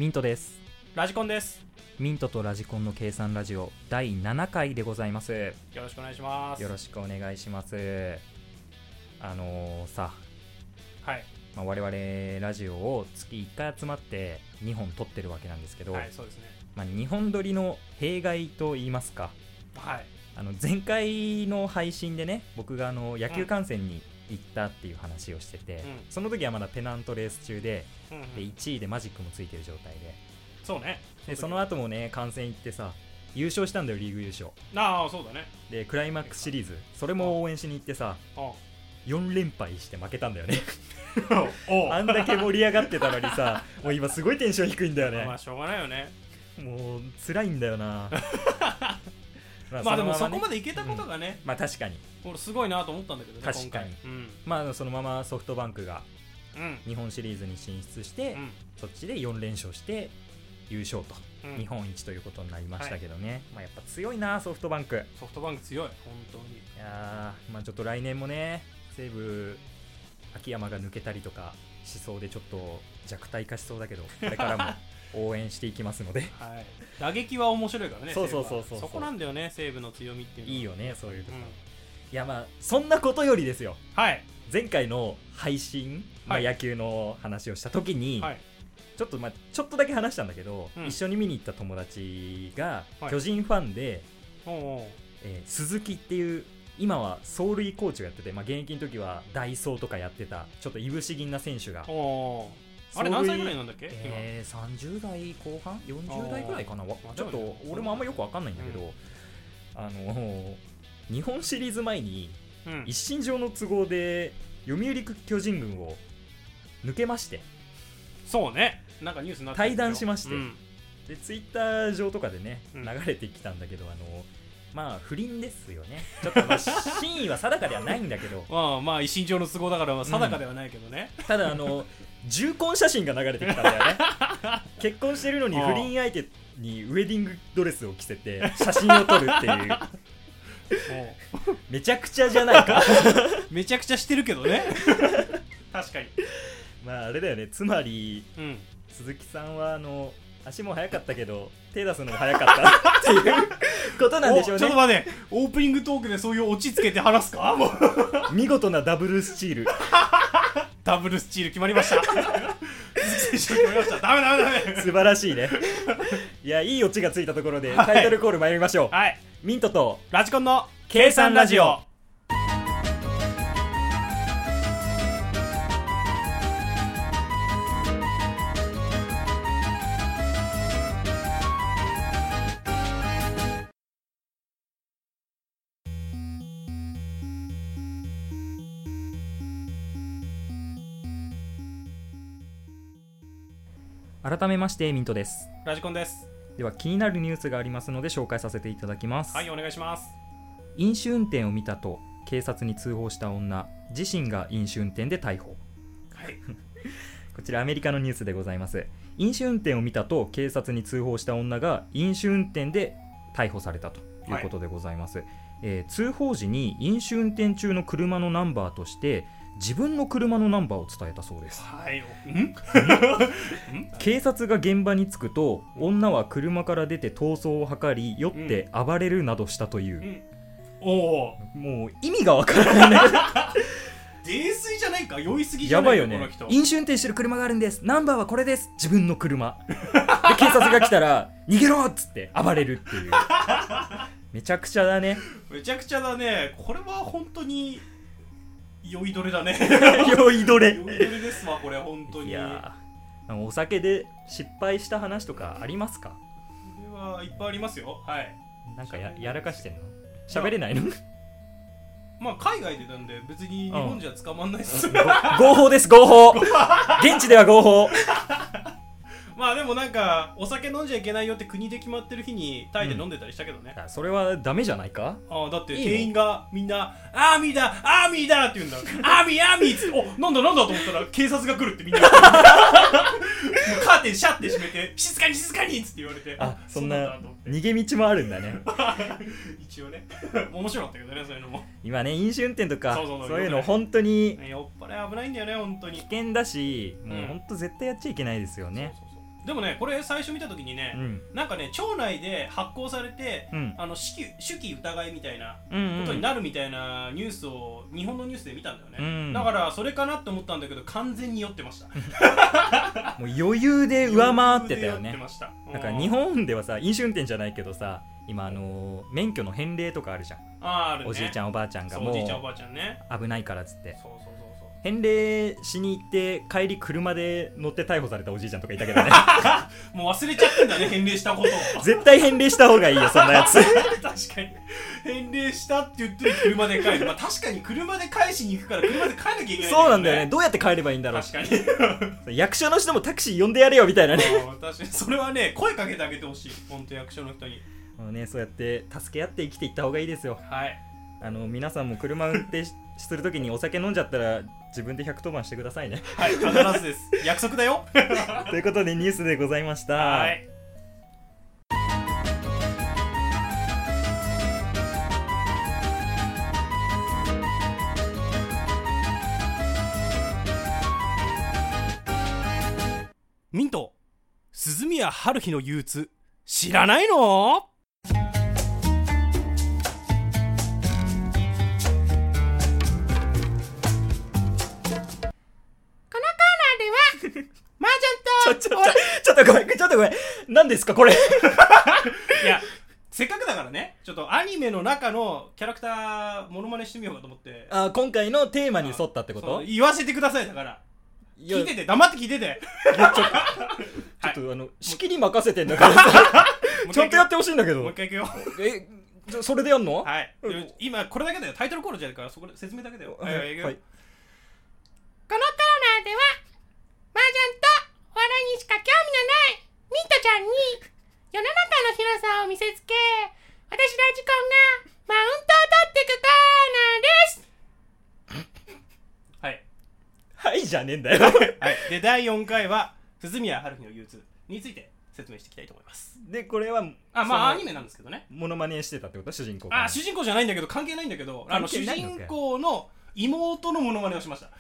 ミントです。 ラジコンです。 ミントとラジコンの計算ラジオ第7回でございます。 よろしくお願いします。 よろしくお願いします。さ、 はい、 我々ラジオを月1回集まって2本撮ってるわけなんですけど、 はい、そうですね。 2本撮りの弊害と言いますか、 はい、 前回の配信でね、僕が野球観戦に行ったっていう話をしてて、その時はまだペナントレース中で、で1位でマジックもついてる状態で、 そうね。 でその後もね、観戦行ってさ、優勝したんだよ、リーグ優勝。 ああ、そうだね。 でクライマックスシリーズ、それも応援しに行ってさ、4連敗して負けたんだよねあんだけ盛り上がってたのにさ、もう今すごいテンション低いんだよね。 まあしょうがないよね。 もう辛いんだよなまあでもそこまでいけたことがね、 まあ確かに俺すごいなと思ったんだけどね。 確かに、まあそのままソフトバンクが日本シリーズに進出して、そっちで4連勝して優勝と、日本一ということになりましたけどね、まあやっぱ強いな、ソフトバンク。 ソフトバンク強い、本当に。 いやまあちょっと来年もね、西武秋山が抜けたりとかしそうで、ちょっと弱体化しそうだけど、これからも応援していきますのではい、打撃は面白いからね。 そうそこなんだよね、西武の強みっていうのは。いいよね、そういうところ、いやまあそんなことよりですよ、 はい、 前回の配信、野球の話をした時に、ちょっとだけ話したんだけど、一緒に見に行った友達が巨人ファンで、鈴木っていう今は走塁コーチをやってて、現役の時はダイソーとかやってたちょっといぶし銀な選手が、 あれ何歳ぐらいなんだっけ？ 30代後半40代ぐらいかな、ちょっと俺もあんまよく分かんないんだけど、日本シリーズ前に一身上の都合で読売巨人軍を抜けまして、 そうね、なんかニュースになって退団しまして、でツイッター上とかでね流れてきたんだけど、まあ不倫ですよね。ちょっと真意は定かではないんだけどまあ一身上の都合だから定かではないけどね、 ただ重婚写真が流れてきたんだよね結婚してるのに不倫相手にウェディングドレスを着せて写真を撮るっていうめちゃくちゃじゃないかめちゃくちゃしてるけどね確かに。 まああれだよね、つまり、鈴木さんは足も速かったけど手出すのも速かったっていうことなんでしょうね。 ちょっと待って、オープニングトークでそういうオチつけて話すか見事なダブルスチールダブルスチール決まりました決まりました。ダメ素晴らしいねいや、いいオチがついたところでタイトルコール参りましょう。 はい、 ミントとラジコンの計算ラジオ。 改めましてミントです。 ラジコンです。 では気になるニュースがありますので紹介させていただきます。 はい、お願いします。 飲酒運転を見たと警察に通報した女、自身が飲酒運転で逮捕。 はいこちらアメリカのニュースでございます。飲酒運転を見たと警察に通報した女が飲酒運転で逮捕されたということでございます。通報時に飲酒運転中の車のナンバーとして自分の車のナンバーを伝えたそうです。警察が現場に着くと女は車から出て逃走を図り酔って暴れるなどしたという、もう意味がわからない泥酔じゃないか、酔いすぎじゃないか。 やばいよね。飲酒運転してる車があるんです、ナンバーはこれです、自分の車で警察が来たら逃げろっつって暴れるっていうめちゃくちゃだね。 めちゃくちゃだね。これは本当に酔いどれだね酔いどれですわ、これ本当に。いや、 お酒で失敗した話とかありますか？これはいっぱいありますよ。はい。 なんか やらかしてんの？喋れないの？ まあ海外でなんで別に日本じゃ捕まんないっす、 合法です、合法現地では合法まあでもなんかお酒飲んじゃいけないよって国で決まってる日にタイで飲んでたりしたけどね、 それはダメじゃないか？ だって店員がみんなアーミーだアーミーだって言うんだアーミーアーミーっつって、なんだと思ったら警察が来るってみんなもうカーテンシャッて閉めて静かに静かにっつって言われて、 そんな逃げ道もあるんだね一応ね面白かったけどね、そういうのも。 今ね、飲酒運転とかそういうの本当に酔っ払い危ないんだよね、本当に危険だし、もう本当絶対やっちゃいけないですよね。 でもねこれ最初見た時にね、なんかね町内で発行されて、手記疑いみたいなことになるみたいなニュースを日本のニュースで見たんだよね、だからそれかなって思ったんだけど完全に酔ってましたもう余裕で上回ってたよね。 だから日本ではさ飲酒運転じゃないけどさ今免許の返礼とかあるじゃん。 あるね、 おじいちゃんおばあちゃんがもうおじいちゃんおばあちゃんね危ないからっつってそう返礼しに行って帰り車で乗って逮捕されたおじいちゃんとかいたけどねもう忘れちゃってんだね返礼したことを絶対返礼した方がいいよそんなやつ確かに返礼したって言ってる車で帰る、まあ確かに車で返しに行くから車で帰んなきゃいけない、ね、 そうなんだよね。どうやって帰ればいいんだろう。 確かに役所の人もタクシー呼んでやれよみたいなね確かにそれはね声かけてあげてほしい本当役所の人にもうねそうやって助け合って生きていった方がいいですよ。 はい皆さんも車運転するときにお酒飲んじゃったら自分で110番してくださいねはい必ずです約束だよということでニュースでございました。 はいミント鈴宮春日の憂鬱知らないの？ ちょっとごめん何ですかこれいやせっかくだからねちょっとアニメの中のキャラクターモノマネしてみようかと思って。 今回のテーマに沿ったってこと？ 言わせてください。だから聞いてて黙って聞いててちょっと仕切り任せてんだからさちゃんとやってほしいんだけど。 もう一回いくよそれでやんの？ はい、今これだけだよタイトルコールじゃないからそこで説明だけだよ。はい、このコーナーでは麻雀とお笑いにしか興味のないミントちゃんに世の中の広さを見せつけ私ラジコンがマウントを取っていくコーナーですはいはいじゃねえんだよはい、で第4回は鈴宮春日の憂鬱について説明していきたいと思います。 でこれはまあアニメなんですけどねモノマネしてたってこと？主人公主人公じゃないんだけど関係ないんだけど主人公の妹のモノマネをしました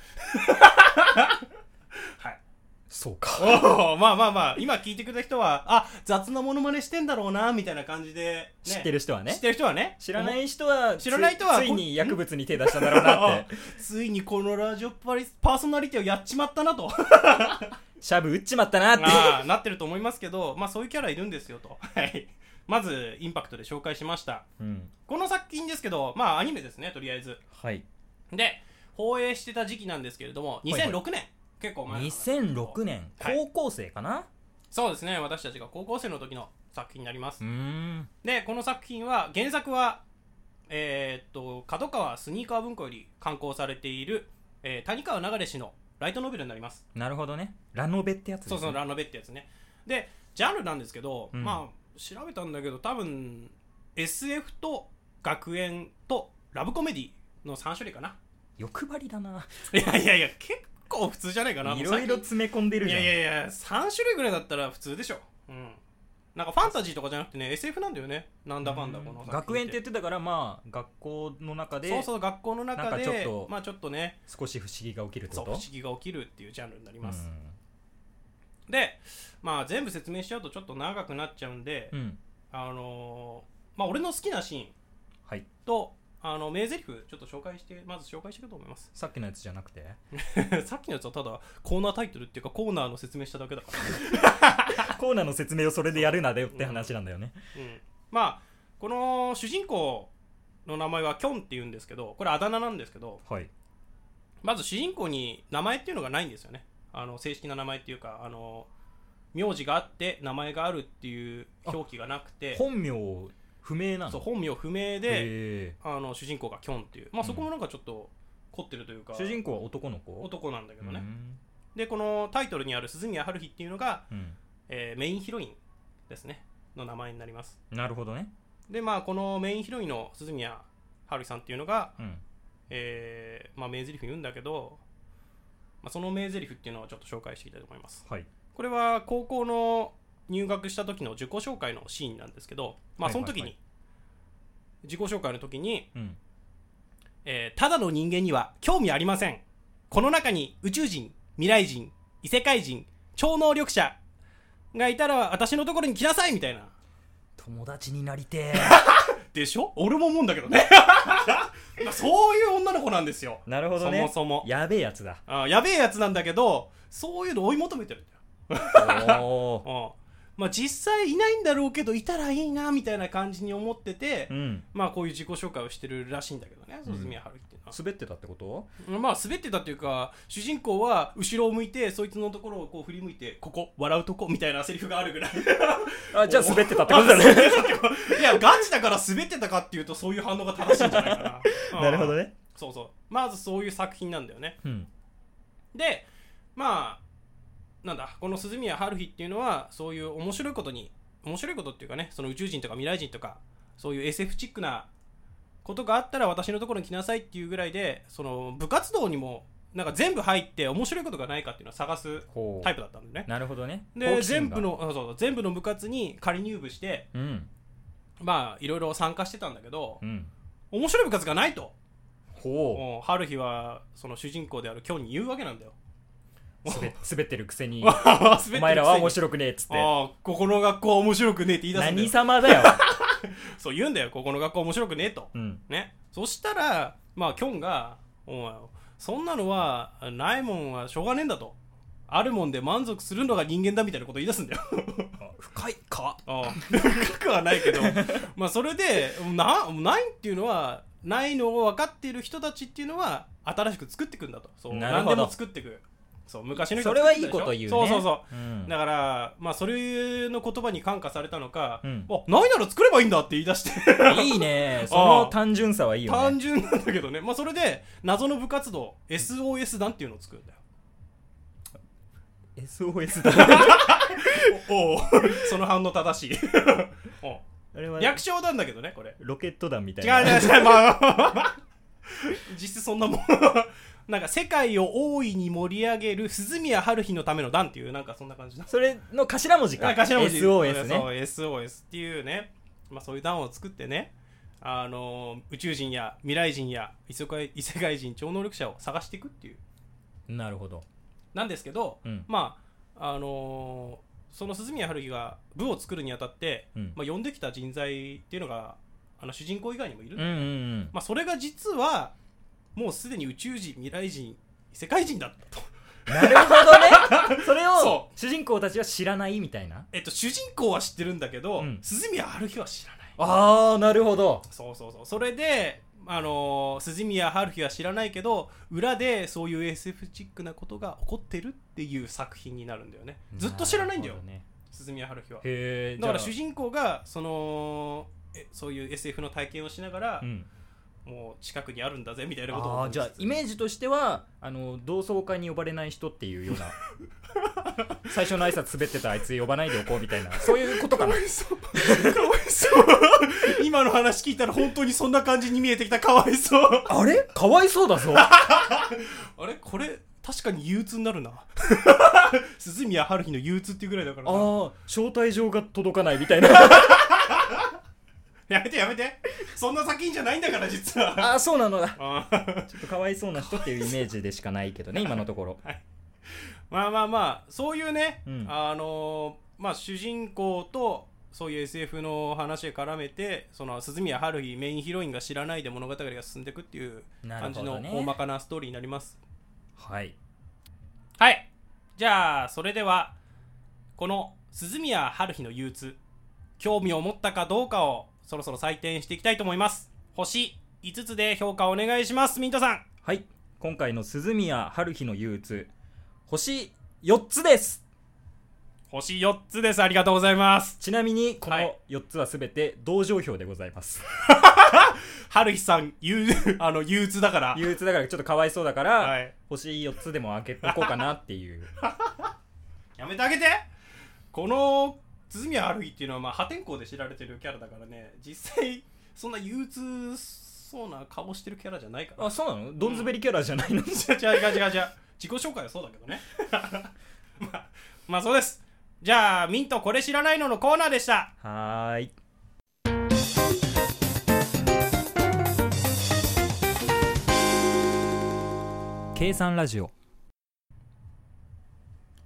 はいそうかまあ今聞いてくれた人は雑なモノマネしてんだろうなみたいな感じで、ね、 知ってる人はね知らない人はついに薬物に手出したんだろうなってついにこのラジオパーソナリティをやっちまったなとシャブ打っちまったなってなってると思いますけどそういうキャラいるんですよとはいまずインパクトで紹介しました、この作品ですけどアニメですねとりあえず。 はいで放映してた時期なんですけれども2006年、結構前 2006年、高校生かな？ そうですね私たちが高校生の時の作品になります。でこの作品は原作は角川スニーカー文庫より刊行されている、谷川流氏のライトノベルになります。 なるほどねラノベってやつですね。 そうラノベってやつね。でジャンルなんですけど、調べたんだけど多分 SF と学園とラブコメディの3種類かな。 欲張りだな。 いや結構普通じゃないかな。 いろいろ詰め込んでるじゃん。 いや3種類ぐらいだったら普通でしょ。なんかファンタジーとかじゃなくてね SF なんだよね。なんだかんだこの学園って言ってたから学校の中でそう学校の中でちょっとね少し不思議が起きるってこと。 そう不思議が起きるっていうジャンルになります。で全部説明しちゃうとちょっと長くなっちゃうんで、俺の好きなシーンと名台詞ちょっとまず紹介していくと思います。 さっきのやつじゃなくてさっきのやつはただコーナータイトルっていうかコーナーの説明しただけだからコーナーの説明をそれでやるなでって話なんだよね。 この主人公の名前はキョンっていうんですけどこれあだ名なんですけど、まず主人公に名前っていうのがないんですよね。正式な名前っていうか名字があって名前があるっていう表記がなくて本名不明なの。 そう本名不明で主人公がキョンっていうそこもなんかちょっと凝ってるというか、 主人公は男の子なんだけどね。でこのタイトルにある鈴宮春日っていうのが、メインヒロインですねの名前になります。 なるほどね。 でこのメインヒロインの鈴宮春日さんっていうのが、名台詞言うんだけど、その名台詞っていうのをちょっと紹介していきたいと思います。これは高校の入学した時の自己紹介のシーンなんですけど、その時に、自己紹介の時に、ただの人間には興味ありません。この中に宇宙人、未来人、異世界人、超能力者、 がいたら私のところに来なさいみたいな。 友達になりてでしょ。俺も思うんだけどねそういう女の子なんですよ。 なるほどね。 そもそもやべえやつだ。 やべえやつなんだけど、そういうの追い求めてるんだよおまあ実際いないんだろうけどいたらいいなみたいな感じに思ってて、まあこういう自己紹介をしてるらしいんだけどね、鈴宮春日っていうのは。 滑ってたってこと？ まあ滑ってたっていうか、主人公は後ろを向いてそいつのところをこう振り向いて、ここ笑うとこみたいなセリフがあるぐらいあ、じゃあ滑ってたってことだねいやガチだから滑ってたかっていうとそういう反応が正しいんじゃないかななるほどね。 そうそう、まずそういう作品なんだよね、でまあなんだ、この鈴宮春日っていうのはそういう面白いことっていうかね、その宇宙人とか未来人とかそういう SF チックなことがあったら私のところに来なさいっていうぐらいで、その部活動にもなんか全部入って面白いことがないかっていうのを探すタイプだったんだよね。 なるほどね。 で全部の部活に仮入部して、まあいろいろ参加してたんだけど、面白い部活がないと春日はその主人公であるキョンに言うわけなんだよ。 滑ってるくせにお前らは面白くねえっつって、 ここの学校は面白くねえって言い出すんだよ。 何様だよそう言うんだよ、ここの学校は面白くねえと、ね。そしたらまあキョンがお前そんなのはないもんはしょうがねえんだと、あるもんで満足するのが人間だみたいなことを言い出すんだよ深いか深くはないけどまあそれでないっていうのは、ないのを分かっている人たちっていうのは新しく作っていくんだと。そう何でも作っていく。そう昔の人それはいいこと言うね。 そう、だからまあそれの言葉に感化されたのか、ないなら作ればいいんだって言い出していいね、その単純さはいいよね。 単純なんだけどね。まあそれで謎の部活動 SOS 団っていうのを作るんだよ。 SOS 団おその反応正しいあれは略称なんだけどね、これロケット団みたいな。 違う、まあ実質そんなもんなんか世界を大いに盛り上げる鈴宮春日のための団っていう、なんかそんな感じだ。 それの頭文字か。 頭文字 SOS ね。 そう SOS っていうね、まあ、そういう団を作ってね、宇宙人や未来人や異世界人超能力者を探していくっていう。 なるほど。 なんですけど、まあその鈴宮春日が部を作るにあたって、まあ、呼んできた人材っていうのが主人公以外にもいるんだよね。まあ、それが実はもうすでに宇宙人、未来人、異世界人だったと。 なるほどねそれを主人公たちは知らないみたいな。 主人公は知ってるんだけど、鈴宮春日は知らない。 ああ、なるほど。 そうそれで鈴宮春日は知らないけど裏でそういう SF チックなことが起こってるっていう作品になるんだよね。ずっと知らないんだよ、鈴宮春日は。だから主人公がそういう SF の体験をしながら、もう近くにあるんだぜみたいなことを。 じゃあイメージとしては同窓会に呼ばれない人っていうような最初の挨拶滑ってたあいつ呼ばないでおこうみたいな、そういうことかな。かわいそう今の話聞いたら本当にそんな感じに見えてきた。かわいそう。 あれかわいそうだぞあれこれ確かに憂鬱になるな鈴宮春日の憂鬱っていうぐらいだからな。 招待状が届かないみたいなやめてそんな作品じゃないんだから実は。 そうなのだちょっとかわいそうな人っていうイメージでしかないけどね今のところ、 まあそういうね、まあ主人公とそういう SF の話で絡めて、その鈴宮春日メインヒロインが知らないで物語が進んでいくっていう感じの大まかなストーリーになります。はい、じゃあそれではこの鈴宮春日の憂鬱、興味を持ったかどうかをそろそろ採点していきたいと思います。星5つで評価お願いします。ミントさん。 はい、今回の鈴宮春日の憂鬱、星4つです。 星4つです。ありがとうございます。 ちなみにこの4つはすべて同情票でございます、 春日さん憂鬱だからちょっとかわいそうだから、星4つでも開けとこうかなっていうやめてあげて。この鈴宮春日っていうのは破天荒で知られてるキャラだからね、実際そんな憂鬱そうな顔してるキャラじゃないから。 そうなの？ドンズベリキャラじゃないの？違う自己紹介はそうだけどねまあそうです。じゃあミントこれ知らないののコーナーでした。 はーい。計算ラジオ。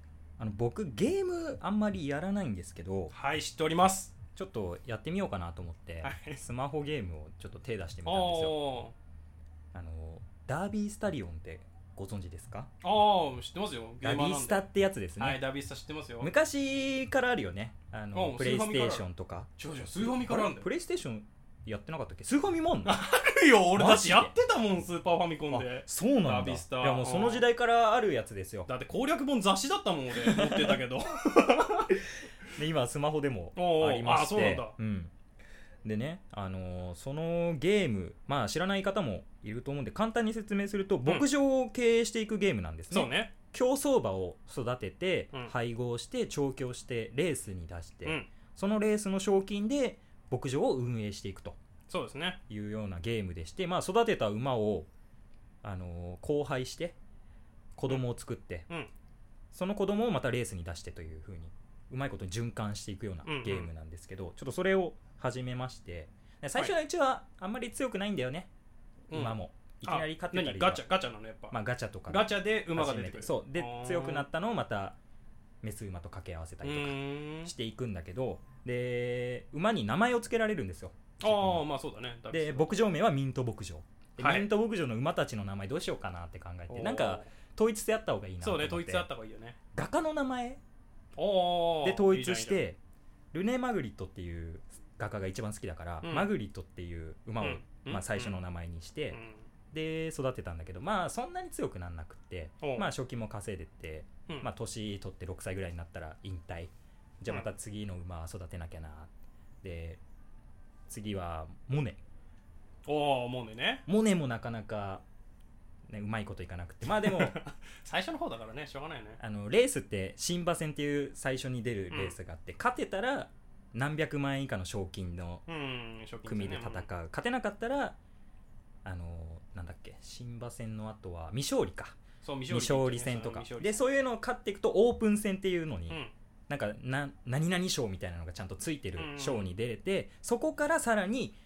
僕ゲームあんまりやらないんですけど、 はい知っております。 ちょっとやってみようかなと思って、 はい、 スマホゲームをちょっと手出してみたんですよ。ダービースタリオンってご存知ですか？ ああ知ってますよ。 ダビースタってやつですね。 はい、ダビースタ知ってますよ。 昔からあるよね。プレイステーションとか。 違うスーファミからあるんだよ。 プレイステーションやってなかったっけ？スーファミもあんの？ あるよ、俺だってやってたもん、スーパーファミコンで。 そうなんだ。 ダビースタ。 いやもうその時代からあるやつですよ。 だって攻略本雑誌だったもん、俺持ってたけど。 で今スマホでもありまして。 そうなんだ。 うん。でね、そのゲーム、まあ知らない方もいると思うんで簡単に説明すると、牧場を経営していくゲームなんですね。 そうね。 競走馬を育てて、配合して調教してレースに出して、そのレースの賞金で牧場を運営していくと。 そうですね。 いうようなゲームでして、まあ育てた馬を交配して子供を作って、その子供をまたレースに出してという風にうまいことに循環していくようなゲームなんですけど、ちょっとそれを始めまして、最初のうちはあんまり強くないんだよね、馬もいきなり勝ってたり、 ガチャなのやっぱ、 まあ、ガチャとかガチャで馬が出てくる。 そうで強くなったのをまたメス馬と掛け合わせたりとかしていくんだけど、で馬に名前を付けられるんですよ。 まあそうだね。 で牧場名はミント牧場で、ミント牧場の馬たちの名前どうしようかなって考えて、なんか統一性あった方がいいなと思って。 そうね、統一性あった方がいいよね。 画家の名前で統一して、ルネ・マグリットっていう画家が一番好きだから、マグリットっていう馬を、まあ、最初の名前にして、で育てたんだけど、まあそんなに強くなんなくって、まあ賞金も稼いでって、まあ年取って6歳ぐらいになったら引退、じゃあまた次の馬育てなきゃな。で次はモネ。 モネね。 モネもなかなか、ね、うまいこといかなくて、まあでも最初の方だからね、しょうがないね。 レースって新馬戦っていう最初に出るレースがあって、勝てたら何百万円以下の賞金の組で戦う、勝てなかったらなんだっけ、新馬戦の後は未勝利か、未勝利戦とかで、そういうのを勝っていくとオープン戦っていうのに、なんか何々賞みたいなのがちゃんとついてる賞に出れて、そこからさらに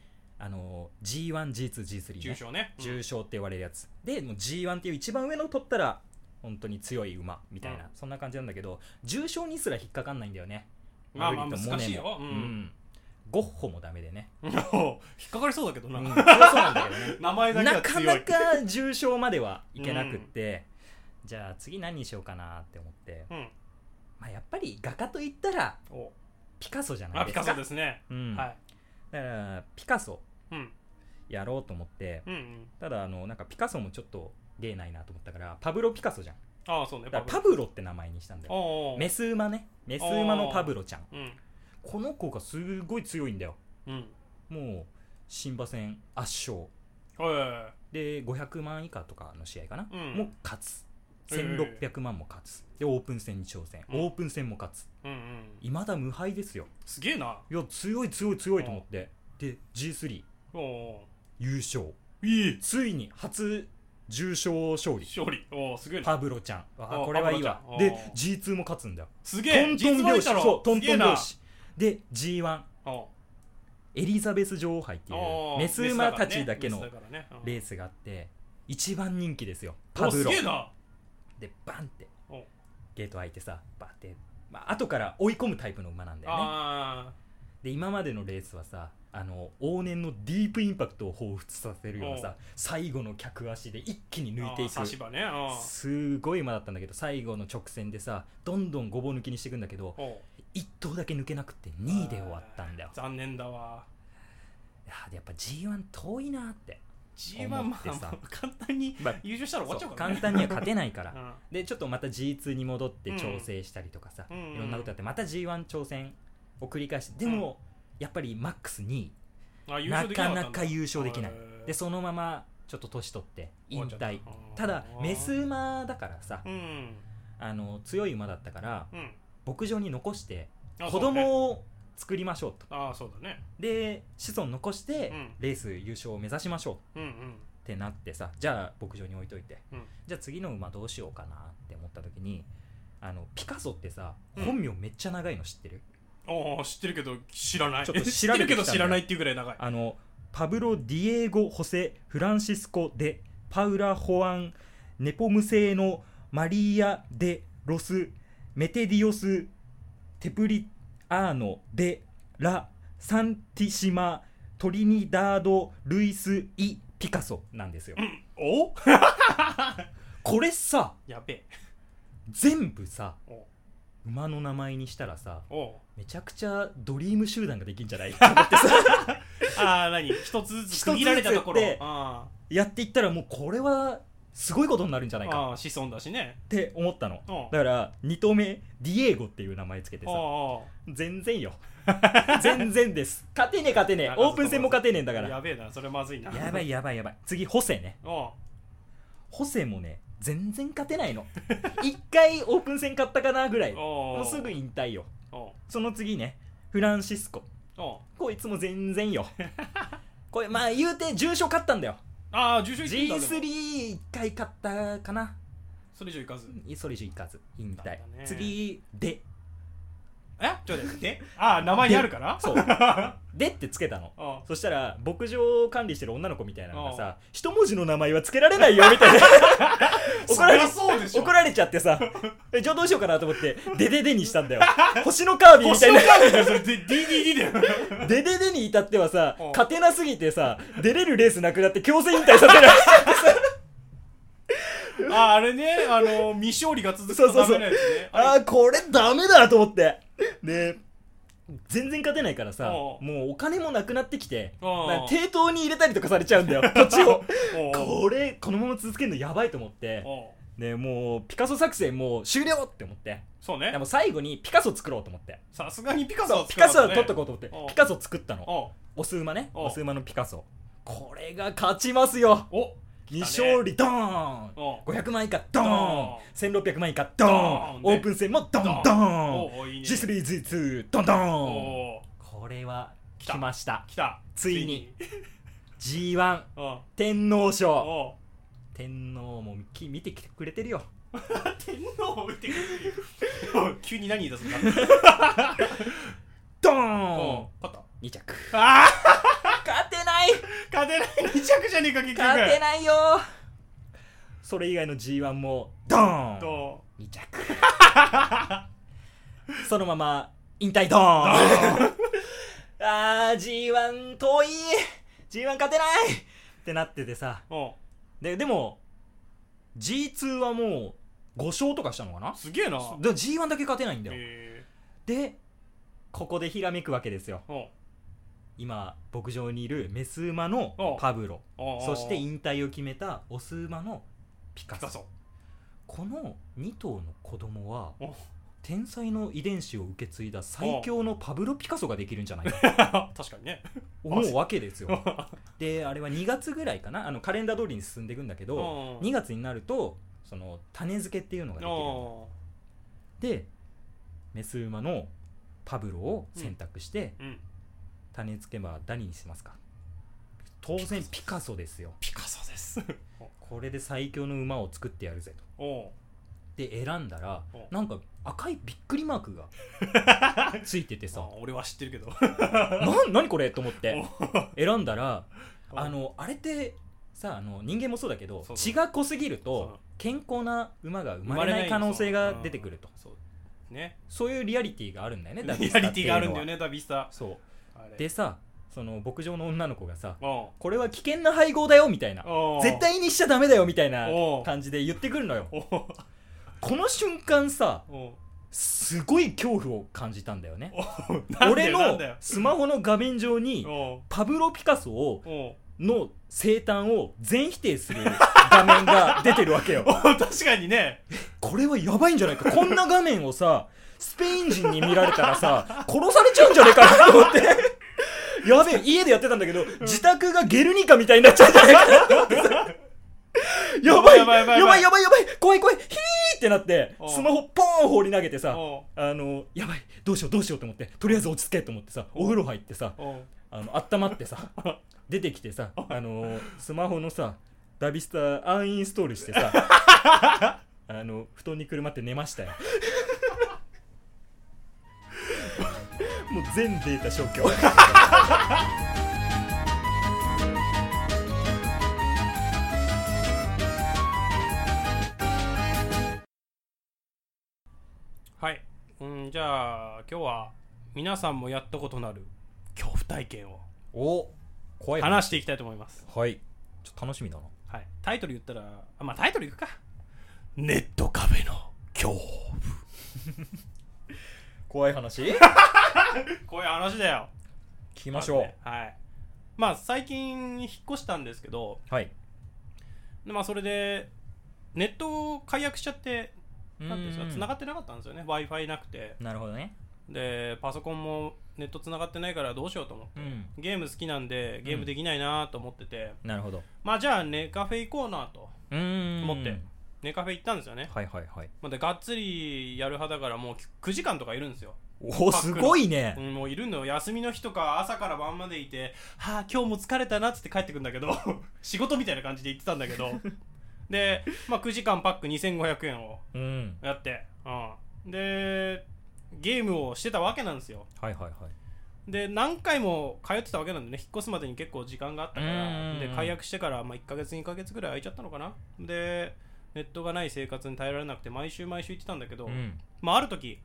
G1、G2、G3 ね、 重賞ね、 重賞って言われるやつで、もう G1 っていう一番上の取ったら本当に強い馬みたいな、そんな感じなんだけど、重賞にすら引っかかんないんだよね。 まあ難しいよ。 ゴッホもダメでね。 引っかかりそうだけどな。 そうなんだけどね。 名前だけは強い。 なかなか重賞まではいけなくって、じゃあ次何にしようかなって思って、まあ、やっぱり画家といったらピカソじゃないですか。 ピカソですね。 はい。だからピカソやろうと思って、ただなんかピカソもちょっと芸ないなと思ったからパブロ・ピカソじゃん。 そうね。 だからパブロって名前にしたんだよ。メス馬ね。メス馬のパブロちゃん。この子がすごい強いんだよ。もう新馬戦圧勝。で500万以下とかの試合かな、もう勝つ。1600万も勝つ。でオープン戦に挑戦、オープン戦も勝つ。未だ無敗ですよ。 すげえな。 いや強いと思って、で G3 優勝、ついに初重賞勝利。 すげえな。 パブロちゃん、これはいいわ。で G2 も勝つんだよ。 すげえ。 トントン拍子。そうトントン拍子で G1 エリザベス女王杯っていうメス馬たちだけのレースがあって、一番人気ですよパブロ。 すげえな。 でバンってゲート開いてさ、バンって、まあ後から追い込むタイプの馬なんだよね。で今までのレースはさ、往年のディープインパクトを彷彿させるようなさ、最後の客足で一気に抜いていくすごい馬だったんだけど、最後の直線でさどんどんごぼう抜きにしていくんだけど、1頭だけ抜けなくて2位で終わったんだよ。 残念だわ。 やっぱ G1 遠いなって G1 まあ簡単に優勝したら終わっちゃうからね。簡単には勝てないからでちょっとまた G2 に戻って調整したりとかさ、いろんなことやってまた G1 挑戦を繰り返して、でもやっぱりマックス2位、なかなか優勝できない。でそのままちょっと年取って引退。ただメス馬だからさ、強い馬だったから、牧場に残して子供を作りましょうと。 そうだね。 で子孫残してレース優勝を目指しましょうってなってさ、じゃあ牧場に置いといて、じゃあ次の馬どうしようかなって思った時に、ピカソってさ、本名めっちゃ長いの知ってる？ 知ってるけど知らない。 ちょっと知ってるけど知らないっていうぐらい長い。 パブロ・ディエゴ・ホセ・フランシスコ・デ・パウラ・ホアン・ネポムセーノ・マリーア・デ・ロス・メテディオス・テプリアーノ・デ・ラ・サンティシマ・トリニダード・ルイス・イ・ピカソなんですよ、 おこれさやべえ全部さ馬の名前にしたらさめちゃくちゃドリーム集団ができんじゃないと思ってさ何一つずつ区切られたところやっていったらもうこれはすごいことになるんじゃないか子孫だしねって思ったの。だから2頭目ディエゴっていう名前つけてさ全然よ全然です。勝てねえオープン戦も勝てねえんだから。 やべえなそれまずいな。 やばい次ホセね。ホセもね全然勝てないの一回オープン戦勝ったかなぐらいもうすぐ引退よ。その次ねフランシスコ。こいつも全然よこれまあ言うて重賞勝ったんだよ。 重賞いったんだ。 G3 一回勝ったかな。 それ以上いかず引退。次でちょっと待って名前にあるからそうでってつけたの。そしたら牧場を管理してる女の子みたいなのがさ一文字の名前はつけられないよみたいな怒られちゃってさじゃあどうしようかなと思ってデデデにしたんだよ星のカービィみたいな DDD だよデデデに至ってはさ勝てなすぎてさ出れるレースなくなって強制引退させられちゃってさあれね未勝利が続くとダメなやつね。 これダメだと思ってで全然勝てないからさもうお金もなくなってきて抵当に入れたりとかされちゃうんだよ土地をこのまま続けるのやばいと思ってでもうピカソ作戦もう終了って思って。 そうね。 でも最後にピカソ作ろうと思って。 さすがにピカソは取っとこうと思ってピカソ作ったの。オス馬ね。オス馬のピカソ。これが勝ちますよ。2勝利ドーン500万以下ドーン1600万以下ドーンオープン戦もドンドーン G3G2 ドンドーン。これは来ました。ついに G1 天皇賞。天皇も見てきてくれてるよ天皇も見てくれてるよ急に何言い出すんだドーン勝った 2着勝てない2着じゃねえか結局勝てないよ。それ以外の G1 もドーン2着そのまま引退ドーンG1 遠い G1 勝てないってなっててさでも G2 はもう5勝とかしたのかな。 すげえな。 で G1 だけ勝てないんだよ。でここでひらめくわけですよ。今牧場にいるメス馬のパブロそして引退を決めたオス馬のピカソ。この2頭の子供は天才の遺伝子を受け継いだ最強のパブロ・ピカソができるんじゃないか確かにね思うわけですよであれは2月ぐらいかなカレンダー通りに進んでいくんだけど2月になるとその種付けっていうのができるでメス馬のパブロを選択して、種付けは誰にしますか。当然ピカソですよ。 ピカソですこれで最強の馬を作ってやるぜとで選んだらなんか赤いびっくりマークがついててさ俺は知ってるけど何これと思って選んだらあれってさ人間もそうだけど血が濃すぎると健康な馬が生まれない可能性が出てくるとそういうリアリティがあるんだよね。 リアリティがあるんだよねダビスタ。 そうでさその牧場の女の子がさこれは危険な配合だよみたいな絶対にしちゃダメだよみたいな感じで言ってくるのよ。この瞬間さすごい恐怖を感じたんだよね。俺のスマホの画面上にパブロ・ピカソの生誕を全否定する画面が出てるわけよ確かにねこれはやばいんじゃないか。こんな画面をさスペイン人に見られたらさ殺されちゃうんじゃないかなと思ってやべえ家でやってたんだけど自宅がゲルニカみたいになっちゃうんじゃないかなと思ってさやばい怖いヒーってなってスマホポーン放り投げてさやばいどうしようと思ってとりあえず落ち着けと思ってさお風呂入ってさ温まってさ出てきてさスマホのさダビスタアンインストールしてさ布団にくるまって寝ましたよもう全データ消去はいじゃあ今日は皆さんもやったことのある恐怖体験を怖い話していきたいと思います。 はい、ちょっと楽しみだな。 はい、タイトル言ったらタイトルいくか。ネットカフェの恐怖怖い話怖い話だよ。 聞きましょう。 はい。最近引っ越したんですけど、 はい。 でそれでネットを解約しちゃって、なんていうんですか、繋がってなかったんですよね。Wi-Fi なくて。 なるほどね。 でパソコンもネット繋がってないからどうしようと思って、ゲーム好きなんでゲームできないなと思ってて、 なるほど。 じゃあネカフェ行こうなと思ってネカフェ行ったんですよね。 はいはいはい。 でがっつりやる派だからもう9時間とかいるんですよ。 すごいね。 もういるのよ。休みの日とか朝から晩までいて、今日も疲れたなっつって帰ってくるんだけど仕事みたいな感じで行ってたんだけどで、9時間パック2500円をやって、でゲームをしてたわけなんですよ。 はいはいはい。 で何回も通ってたわけなんでね、引っ越すまでに結構時間があったから、で解約してから1ヶ月2ヶ月ぐらい空いちゃったのかな。でネットがない生活に耐えられなくて毎週行ってたんだけど、ある時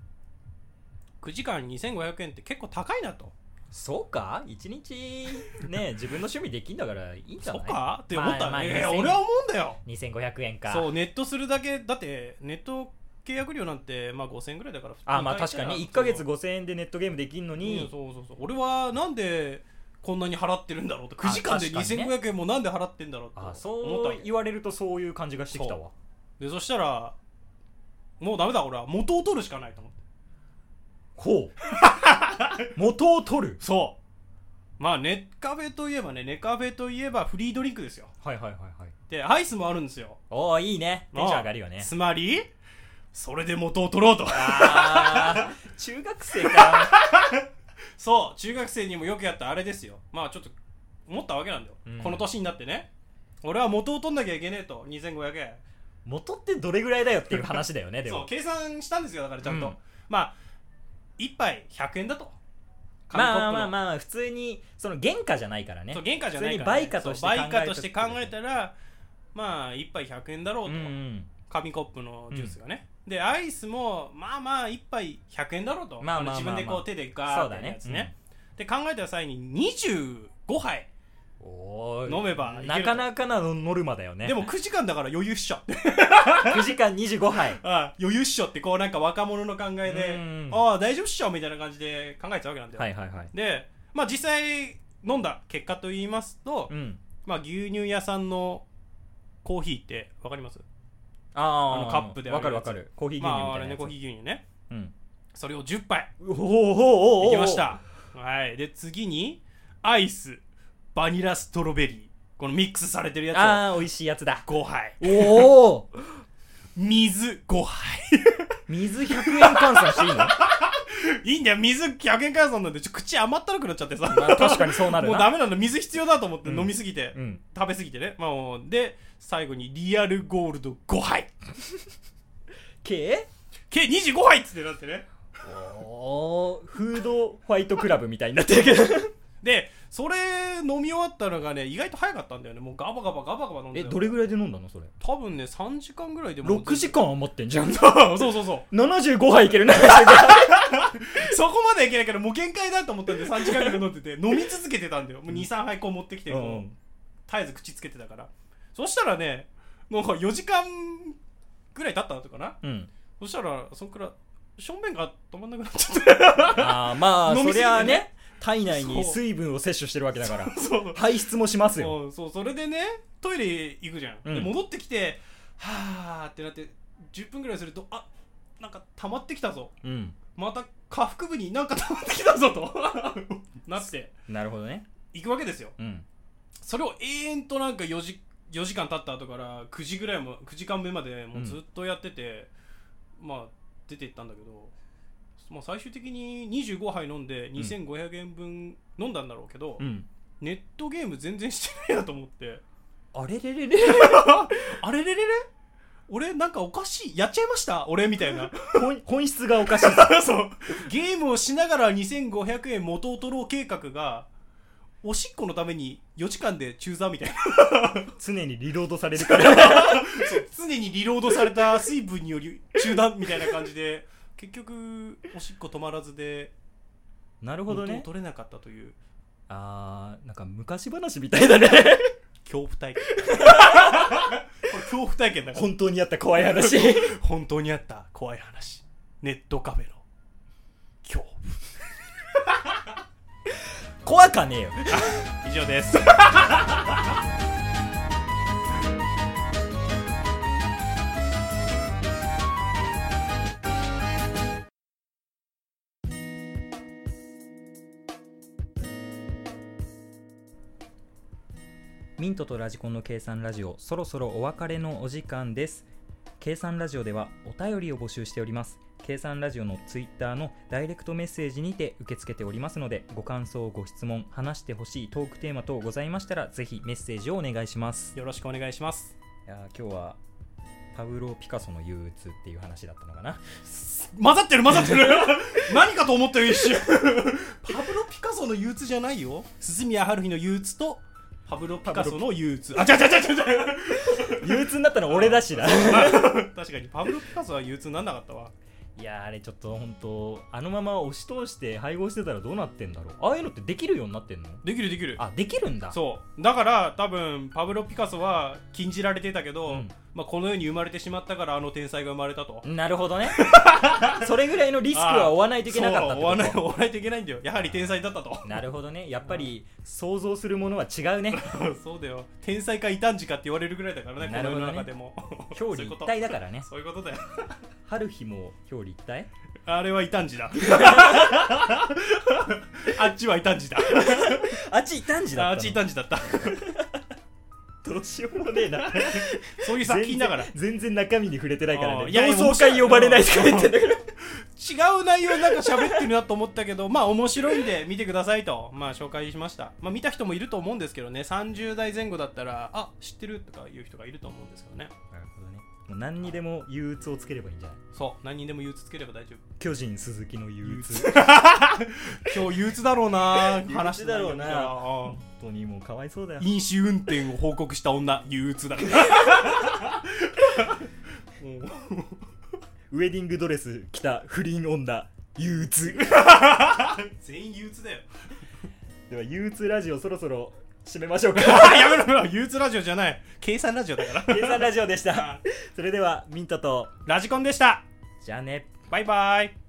9時間2500円って結構高いなと。 そうか、1日ね自分の趣味できんだからいいんじゃないそうかって思ったね。俺は思うんだよ。 2500円か。 そう、ネットするだけだって、ネット契約料なんて5000円ぐらいだから。 確かに1ヶ月5000円でネットゲームできんのに、 そう俺はなんでこんなに払ってるんだろうと。9時間で2500円もなんで払ってんだろうと思った。 そう言われるとそういう感じがしてきたわ。 そしたらもうダメだ、俺は元を取るしかないと思って。 ほう元を取る。 そうネカフェといえばね、ネカフェといえばフリードリンクですよ。 はいはいはいはい。 でアイスもあるんですよ。 いいね、テンション上がるよね。 つまりそれで元を取ろうと。 中学生かそう中学生にもよくやったあれですよ。ちょっと思ったわけなんだよ、この年になってね。俺は元を取んなきゃいけねえと。2500円元ってどれぐらいだよっていう話だよねでもそう計算したんですよ。だからちゃんと、1杯100円だと。 普通にその原価じゃないからね。 そう原価じゃないから、 普通に売価として考えたら1杯100円だろうと、紙コップのジュースがね、でアイスも1杯100円だろうと、自分でこう手でガーってやつね、で考えた際に25杯飲めばいける。 なかなかなノルマだよね。 でも9時間だから余裕っしょ 9時間25杯余裕っしょってこうなんか若者の考えで、大丈夫っしょみたいな感じで考えてたわけなんだよ。 はいはいはい。 で実際飲んだ結果と言いますと、牛乳屋さんのコーヒーってわかります？カップでわかるわかる。コーヒー牛乳みたいなやつ。 コーヒー牛乳ね、それを10杯いきました。はい。で次にアイスバニラストロベリー、このミックスされてるやつを美味しいやつだ。 5杯。水5杯水100円換算していいの？ いいんだよ、水100円換算なんで口甘ったるくなっちゃってさ、 確かにそうなるな。 もうダメなんだ、水必要だと思って飲みすぎて、食べすぎてね、で最後にリアルゴールド5杯計25杯っつってなってね。 フードファイトクラブみたいになってるけどでそれ飲み終わったのがね意外と早かったんだよね。もうガバガバ飲んで。 どれぐらいで飲んだのそれ？ 多分ね3時間ぐらいでも 6時間余ってんじゃんそう 75杯いけるねそこまでいけないからもう限界だと思ったんで3時間ぐらい飲んでて飲み続けてたんだよ。もう 2,3 杯こう持ってきてこう絶えず口つけてたから。そしたらねもう4時間ぐらい経ったのかな、そしたらそんくらいしょんべんが止まんなくなっちゃってそりゃあね体内に水分を摂取してるわけだから排出もしますよ。 それでねトイレ行くじゃん、で戻ってきてはーってなって10分ぐらいするとなんか溜まってきたぞ、また下腹部になんか溜まってきたぞとなって、 なるほどね、 行くわけですよ、それを永遠となんか4時間経った後から9時間目までもうずっとやってて、出て行ったんだけど、最終的に25杯飲んで2500円分飲んだんだろうけど、ネットゲーム全然してないなと思って、あれれれれあれれれれ俺なんかおかしいやっちゃいました俺みたいな本質がおかしいそうゲームをしながら2500円元を取ろう計画がおしっこのために4時間で中座みたいな常にリロードされるから常にリロードされた水分により中断みたいな感じで結局おしっこ止まらずでなるほどね、 元を取れなかったという。 なんか昔話みたいだね恐怖体験これ恐怖体験だから。 本当にあった怖い話本当にあった怖い話、ネットカフェの恐怖怖かねえよ以上ですミントとラジコンの計算ラジオ、そろそろお別れのお時間です。計算ラジオではお便りを募集しております。計算ラジオのツイッターのダイレクトメッセージにて受け付けておりますので、ご感想、ご質問、話してほしいトークテーマ等ございましたらぜひメッセージをお願いします。 よろしくお願いします。 いや今日はパブロ・ピカソの憂鬱っていう話だったのかな。 混ざってる何かと思ったよ一瞬パブロ・ピカソの憂鬱じゃないよ。鈴宮春日の憂鬱とパブロ・ピカソの憂鬱。あ、違う憂鬱になったの俺だしな確かにパブロ・ピカソは憂鬱になんなかったわ。 いやあれちょっと本当あのまま押し通して配合してたらどうなってんだろう。ああいうのってできるようになってんの？ できる。 あ、できるんだ。 そうだから多分パブロ・ピカソは禁じられてたけど、この世に生まれてしまったからあの天才が生まれたと。 なるほどねそれぐらいのリスクは負わないといけなかったってこと。 負わないといけないんだよ。やはり天才だったと。 なるほどね。やっぱり想像するものは違うねそうだよ。天才か異端児かって言われるぐらいだからね、この世の中でも表裏一体だからね。 そういうことだよ春日も表裏一体？ あれは異端児だあっちは異端児だあっち異端児だったの？ あっち異端児だったどうしようもねえなそういう作品だから全然中身に触れてないからね。 いや同窓会呼ばれないとか言ってんだから違う内容なんか喋ってるなと思ったけど、まあ面白いんで見てくださいと、まあ紹介しました。まあ見た人もいると思うんですけどね、30代前後だったらあ、知ってるとかいう人がいると思うんですけどね。 なるほどね。もう何にでも憂鬱をつければいいんじゃない？ そう、何にでも憂鬱つければ大丈夫。 巨人鈴木の憂鬱今日憂鬱だろうな話だろうな。本当にもうかわいそうだよ。 飲酒運転を報告した女憂鬱だウェディングドレス着た不倫女憂鬱全員憂鬱だよでは憂鬱ラジオそろそろ締めましょうかやめろ憂鬱ラジオじゃない、計算ラジオだから計算ラジオでしたそれではミントとラジコンでした。 じゃあね、 バイバイ。